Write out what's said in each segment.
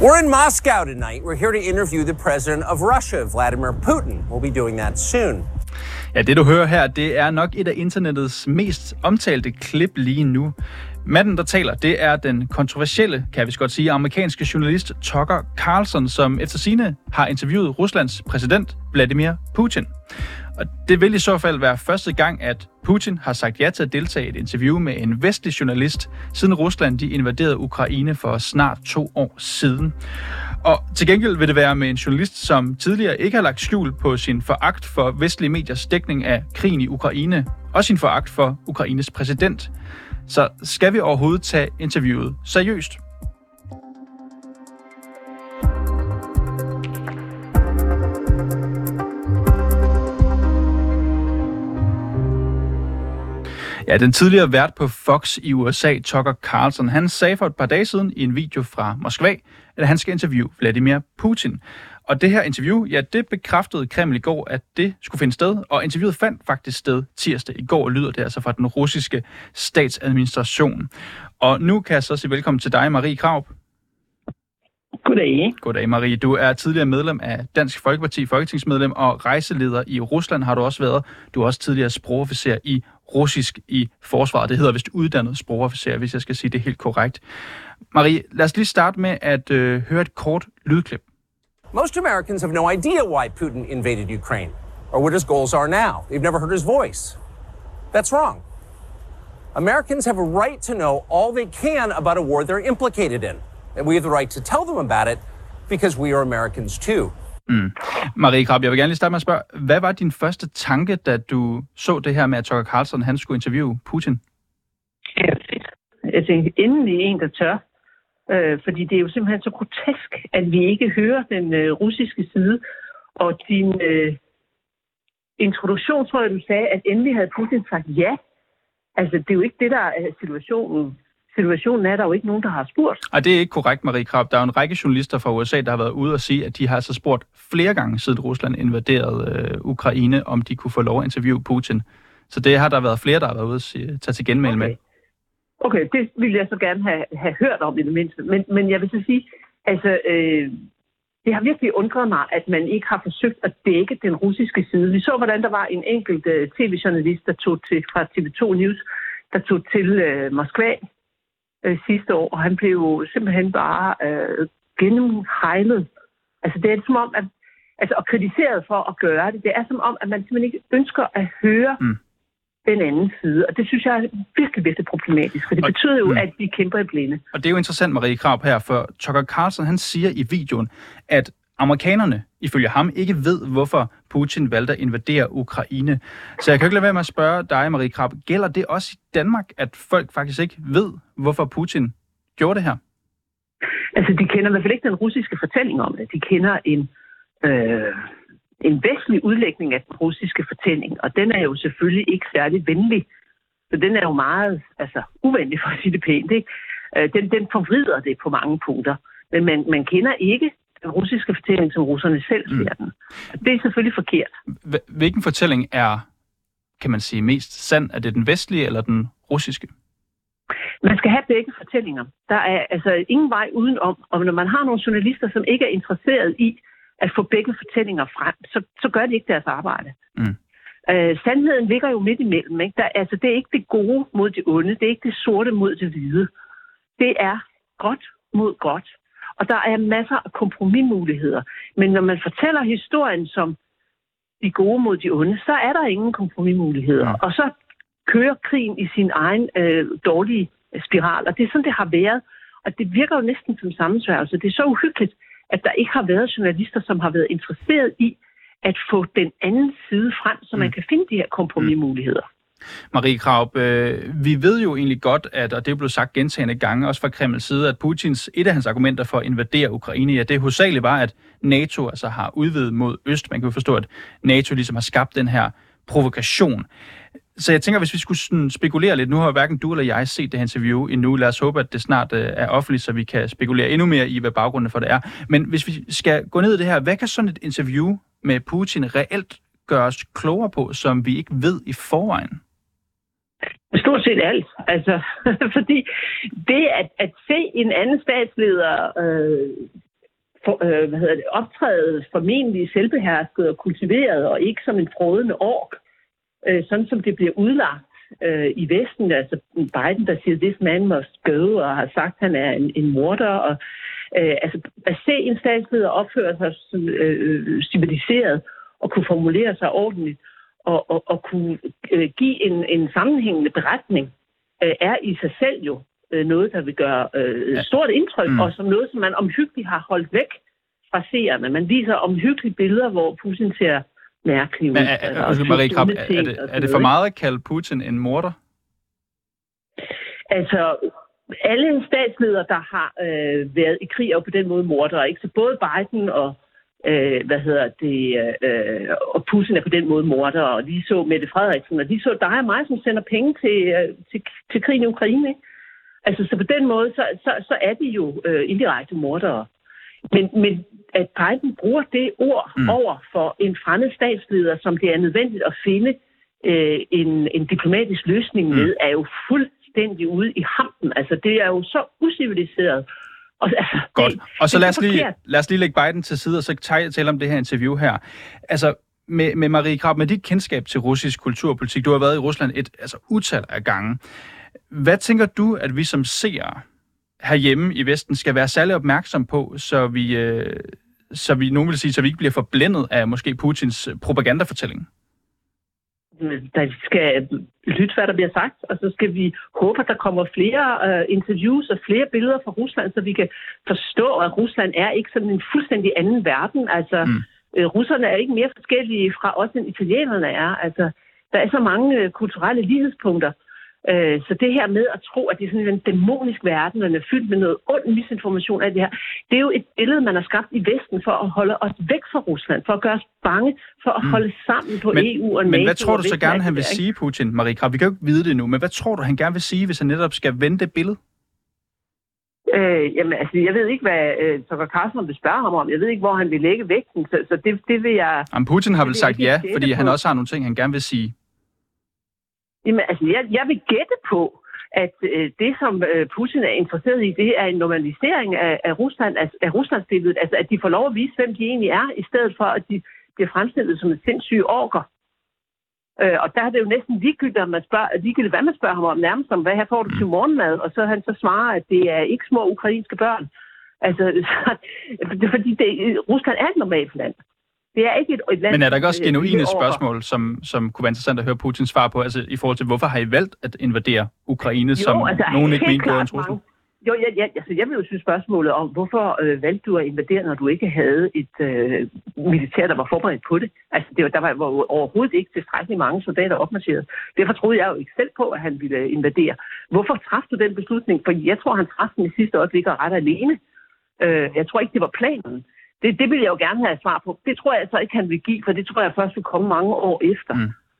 We're in Moscow tonight. We're here to interview the president of Russia, Vladimir Putin. We'll be doing that soon. Ja, det du hører her, det er nok et af internettets mest omtalte klip lige nu. Manden, der taler, det er den kontroversielle, kan vi godt sige, amerikanske journalist Tucker Carlson, som efter sigende har interviewet Ruslands præsident Vladimir Putin. Og det vil i så fald være første gang, at Putin har sagt ja til at deltage i et interview med en vestlig journalist, siden Rusland de invaderede Ukraine for snart 2 år siden. Og til gengæld vil det være med en journalist, som tidligere ikke har lagt skjul på sin foragt for vestlige mediers dækning af krigen i Ukraine, og sin foragt for Ukraines præsident. Så skal vi overhovedet tage interviewet seriøst? Ja, den tidligere vært på Fox i USA, Tucker Carlson, han sagde for et par dage siden i en video fra Moskva, at han skal interviewe Vladimir Putin. Og det her interview, ja, det bekræftede Kreml i går, at det skulle finde sted, og interviewet fandt faktisk sted tirsdag. I går lyder det altså fra den russiske statsadministration. Og nu kan jeg så sige velkommen til dig, Marie Krarup. Goddag. Goddag, Marie. Du er tidligere medlem af Dansk Folkeparti, folketingsmedlem og rejseleder i Rusland har du også været. Du er også tidligere sprogofficer i russisk i forsvaret. Det hedder vist uddannet sprogofficer, hvis jeg skal sige det helt korrekt. Marie, lad os lige starte med at høre et kort lydklip. Most Americans have no idea why Putin invaded Ukraine or what his goals are now. They've never heard his voice. That's wrong. Americans have a right to know all they can about a war they're implicated in. And we have the right to tell them about it because we are Americans too. Marie Krarup, jeg vil gerne lige starte med at spørge, hvad var din første tanke, da du så det her med, at Tucker Carlson han skulle interviewe Putin? Ja, fedt. Jeg tænkte, endelig en, der tør. Fordi det er jo simpelthen så grotesk, at vi ikke hører den russiske side. Og din introduktion, tror jeg, du sagde, at endelig havde Putin sagt ja. Altså, det er jo ikke det, der er situationen. Situationen er, der jo ikke nogen, der har spurgt. Og det er ikke korrekt, Marie Krarup. Der er en række journalister fra USA, der har været ude og sige, at de har så spurgt flere gange, siden Rusland invaderede Ukraine, om de kunne få lov at interviewe Putin. Så det har der været flere, der har været ude at tage til genmæle med. Okay, det ville jeg så gerne have hørt om i det mindste. Men jeg vil så sige, altså, det har virkelig undret mig, at man ikke har forsøgt at dække den russiske side. Vi så, hvordan der var en enkelt tv-journalist, der tog til fra TV2 News, der tog til Moskva sidste år, og han blev jo simpelthen bare gennemhejlet. Altså, det er som om, at og kritiseret for at gøre det. Det er som om, at man simpelthen ikke ønsker at høre den anden side. Og det synes jeg er virkelig, virkelig problematisk, for det betyder jo, at vi kæmper i blinde. Og det er jo interessant, Marie Krarup, her, for Tucker Carlson, han siger i videoen, at amerikanerne, ifølge ham, ikke ved, hvorfor Putin valgte at invadere Ukraine. Så jeg kan ikke lade være med at spørge dig, Marie Krarup, gælder det også i Danmark, at folk faktisk ikke ved, hvorfor Putin gjorde det her? Altså, de kender i hvert fald ikke den russiske fortælling om det. De kender en vestlig udlægning af den russiske fortælling, og den er jo selvfølgelig ikke særlig venlig. Så den er jo meget uvenlig, for at sige det pænt, ikke? Den forvrider det på mange punkter. Men man kender ikke den russiske fortælling, som russerne selv ser den. Det er selvfølgelig forkert. Hvilken fortælling er, kan man sige, mest sand? Er det den vestlige eller den russiske? Man skal have begge fortællinger. Der er altså ingen vej udenom. Og når man har nogle journalister, som ikke er interesseret i at få begge fortællinger frem, så gør de ikke deres arbejde. Sandheden ligger jo midt imellem. Ikke? Det er ikke det gode mod det onde. Det er ikke det sorte mod det hvide. Det er godt mod godt. Og der er masser af kompromismuligheder. Men når man fortæller historien som de gode mod de onde, så er der ingen kompromismuligheder. Og så kører krigen i sin egen dårlige spiral. Og det er sådan, det har været. Og det virker jo næsten som sammensværgelse. Det er så uhyggeligt, at der ikke har været journalister, som har været interesseret i at få den anden side frem, så man kan finde de her kompromismuligheder. Marie Krarup, vi ved jo egentlig godt, at, og det er blevet sagt gentagne gange, også fra Kremls side, at et af hans argumenter for at invadere Ukraine, ja, det hovedsageligt var, at NATO altså har udvidet mod øst. Man kan jo forstå, at NATO ligesom har skabt den her provokation. Så jeg tænker, hvis vi skulle sådan spekulere lidt, nu har hverken du eller jeg set det her interview endnu. Lad os håbe, at det snart er offentligt, så vi kan spekulere endnu mere i, hvad baggrunden for det er. Men hvis vi skal gå ned i det her, hvad kan sådan et interview med Putin reelt gøre os klogere på, som vi ikke ved i forvejen? Stort set alt. Altså, fordi det at se en anden statsleder optræde formentlig selvbehersket og kultiveret, og ikke som en frådende ork, sådan som det bliver udlagt i Vesten. Altså Biden, der siger, this man must go, og har sagt, at han er en morder. Og, at se en statsleder opføre sig civiliseret og kunne formulere sig ordentligt og kunne give en sammenhængende beretning, er i sig selv jo noget, der vil gøre stort indtryk, og som noget, som man omhyggeligt har holdt væk fra seerne. Man viser omhyggelige billeder, hvor Putin ser mærkelig ud. Marie Krarup, er det for meget at kalde Putin en morder? Altså, alle statsledere, der har været i krig, er på den måde mordere, ikke? Så både Biden og og Putin er på den måde morder, og lige så Mette Frederiksen, og lige så dig og mig, som sender penge til krigen i Ukraine, ikke? Altså, så på den måde, så er de jo indirekte mordere. Men at Biden bruger det ord over for en fremmed statsleder, som det er nødvendigt at finde en diplomatisk løsning med, er jo fuldstændig ude i hampen. Altså, det er jo så uciviliseret. Godt. Og så lad os lige lægge Biden til side, og så tale om det her interview her. Altså, med Marie Krarup, med dit kendskab til russisk kulturpolitik, du har været i Rusland utal af gange. Hvad tænker du, at vi som seere herhjemme i Vesten skal være særlig opmærksom på, så vi nogen vil sige, så vi ikke bliver forblændet af måske Putins propagandafortælling? Der skal lytte, hvad der bliver sagt, og så skal vi håbe, at der kommer flere interviews og flere billeder fra Rusland, så vi kan forstå, at Rusland er ikke sådan en fuldstændig anden verden. Altså, russerne er ikke mere forskellige fra os, end italienerne er. Altså, der er så mange kulturelle lighedspunkter. Så det her med at tro, at det er sådan en dæmonisk verden, og den er fyldt med noget ond misinformation af det her, det er jo et billede, man har skabt i Vesten for at holde os væk fra Rusland, for at gøre os bange, for at holde sammen på EU og NATO. Men hvad tror du så gerne, han vil sige, Putin, Marie Krarup? Vi kan jo ikke vide det nu, men hvad tror du, han gerne vil sige, hvis han netop skal vende det billede? Jamen, altså, jeg ved ikke, hvad Tucker Carlson vil spørge ham om. Jeg ved ikke, hvor han vil lægge vægten, så det vil jeg... Jamen, Putin har vel sagt ja, fordi han også har nogle ting, han gerne vil sige. Jamen, altså, jeg vil gætte på, at det, som Putin er interesseret i, det er en normalisering af Rusland, af Ruslandsbilledet. Altså, at de får lov at vise, hvem de egentlig er, i stedet for, at de bliver fremstillet som et sindssyge orker. Og der er det jo næsten ligegyldigt, hvad man spørger ham om, nærmest om, hvad her får du til morgenmad, og så han så svarer, at det er ikke små ukrainske børn. Altså, det er fordi, Rusland er et normalt land. Det er ikke et land. Men er der ikke også genuine spørgsmål, som kunne være interessant at høre Putins svar på, altså i forhold til, hvorfor har I valgt at invadere Ukraine, som nogen ikke mente var en trussel? Jo, jeg vil jo synes spørgsmålet om, hvorfor valgte du at invadere, når du ikke havde et militær, der var forberedt på det? Altså, der var overhovedet ikke tilstrækkeligt mange soldater opmarcheret. Derfor troede jeg jo ikke selv på, at han ville invadere. Hvorfor træffede du den beslutning? For jeg tror, han træffede den i sidste øjeblik og ret alene. Jeg tror ikke, det var planen. Det vil jeg jo gerne have svar på. Det tror jeg altså ikke, han vil give, for det tror jeg først vil komme mange år efter.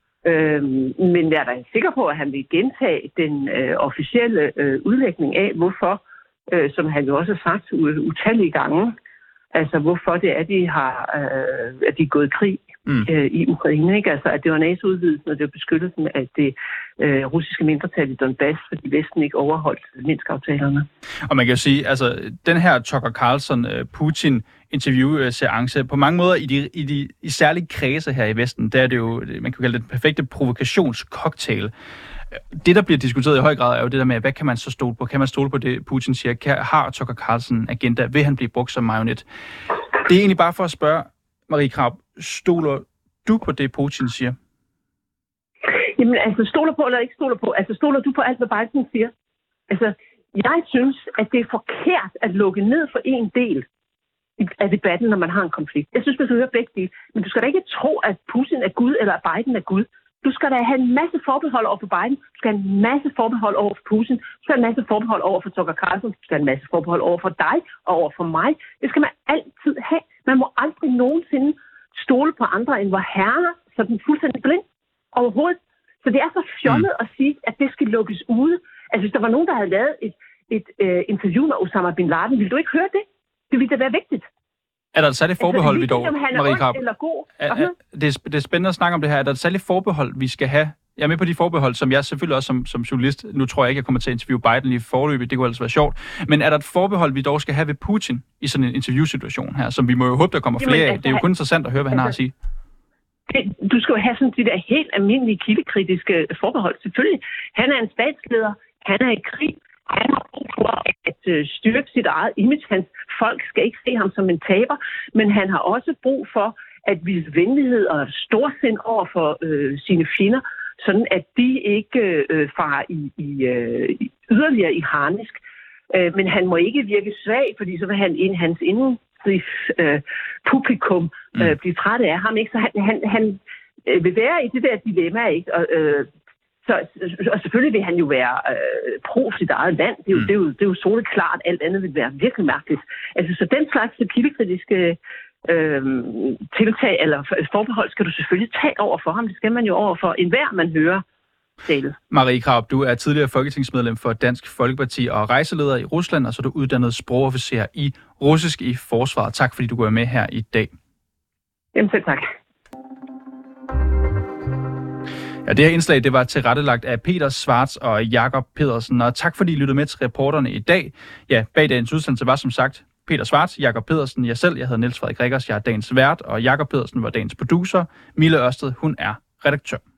Men jeg er da sikker på, at han vil gentage den officielle udlægning af, hvorfor, som han jo også har sagt utallige gange, altså hvorfor det er, at de er gået i krig i Ukraine. Ikke? Altså at det var NATO-udvidelsen, og det var beskyttelsen af det russiske mindretal i Donbass, fordi Vesten ikke overholdt Minsk-aftalerne. Og man kan jo sige, altså den her Tucker Carlson Putin interviewseance, på mange måder i særlige kredse her i Vesten, der er det jo, man kan kalde det den perfekte provokationscocktail. Det, der bliver diskuteret i høj grad, er jo det der med, hvad kan man så stole på? Kan man stole på det, Putin siger? Har Tucker Carlson agenda? Vil han blive brugt som marionet? Det er egentlig bare for at spørge, Marie Krarup, stoler du på det, Putin siger? Jamen, altså, stoler på eller ikke stoler på? Altså, stoler du på alt, hvad Biden siger? Altså, jeg synes, at det er forkert at lukke ned for en del af debatten, når man har en konflikt. Jeg synes, man skal høre begge dele. Men du skal da ikke tro, at Putin er Gud, eller at Biden er Gud. Du skal da have en masse forbehold over for Biden. Du skal have en masse forbehold over for Putin. Du skal have en masse forbehold over for Tucker Carlson. Du skal have en masse forbehold over for dig og over for mig. Det skal man altid have. Man må aldrig nogensinde stole på andre end vor herre, så den fuldstændig blind overhovedet. Så det er så fjollet at sige, at det skal lukkes ude. Altså, hvis der var nogen, der havde lavet et interview med Osama Bin Laden, ville du ikke høre det? Det ville da være vigtigt. Er der et særligt forbehold, altså, vi dog, Marie Krarup? Det er spændende at snakke om det her. Er der et særligt forbehold, vi skal have Jeg er med på de forbehold, som jeg selvfølgelig også som journalist, nu tror jeg ikke, jeg kommer til at interviewe Biden i forløbet, det kunne altså være sjovt, men er der et forbehold, vi dog skal have ved Putin i sådan en interviewsituation her, som vi må jo håbe, der kommer flere af? Det er jo kun interessant at høre, hvad han har at sige. Du skal jo have sådan de der helt almindelige kildekritiske forbehold. Selvfølgelig, han er en statsleder, han er i krig, han har brug for at styrke sit eget image. Hans folk skal ikke se ham som en taber, men han har også brug for at vise venlighed og storsind over for sine fjender, sådan at de ikke farer yderligere i harnisk. Men han må ikke virke svag, fordi så vil hans publikum blive træt af ham, ikke? Så han vil være i det der dilemma, ikke? Og selvfølgelig vil han jo være pro sit eget land. Det er jo soleklart. Alt andet vil være virkelig mærkeligt. Altså, så den slags kildekritiske tiltag eller forbehold skal du selvfølgelig tage over for ham. Det skal man jo over for enhver, man hører tale. Marie Krarup, du er tidligere folketingsmedlem for Dansk Folkeparti og rejseleder i Rusland, og så er du uddannet sprogofficer i russisk i forsvaret. Tak fordi du går med her i dag. Jamen selv tak. Ja, det her indslag, det var tilrettelagt af Peter Schwartz og Jakob Pedersen, og tak fordi I lyttede med til reporterne i dag. Ja, bag dagens udsendelse var som sagt Peter Schwartz, Jakob Pedersen, jeg selv, jeg hedder Niels Frederik Rikkers, jeg er dagens vært, og Jakob Pedersen var dagens producer. Mille Ørsted, hun er redaktør.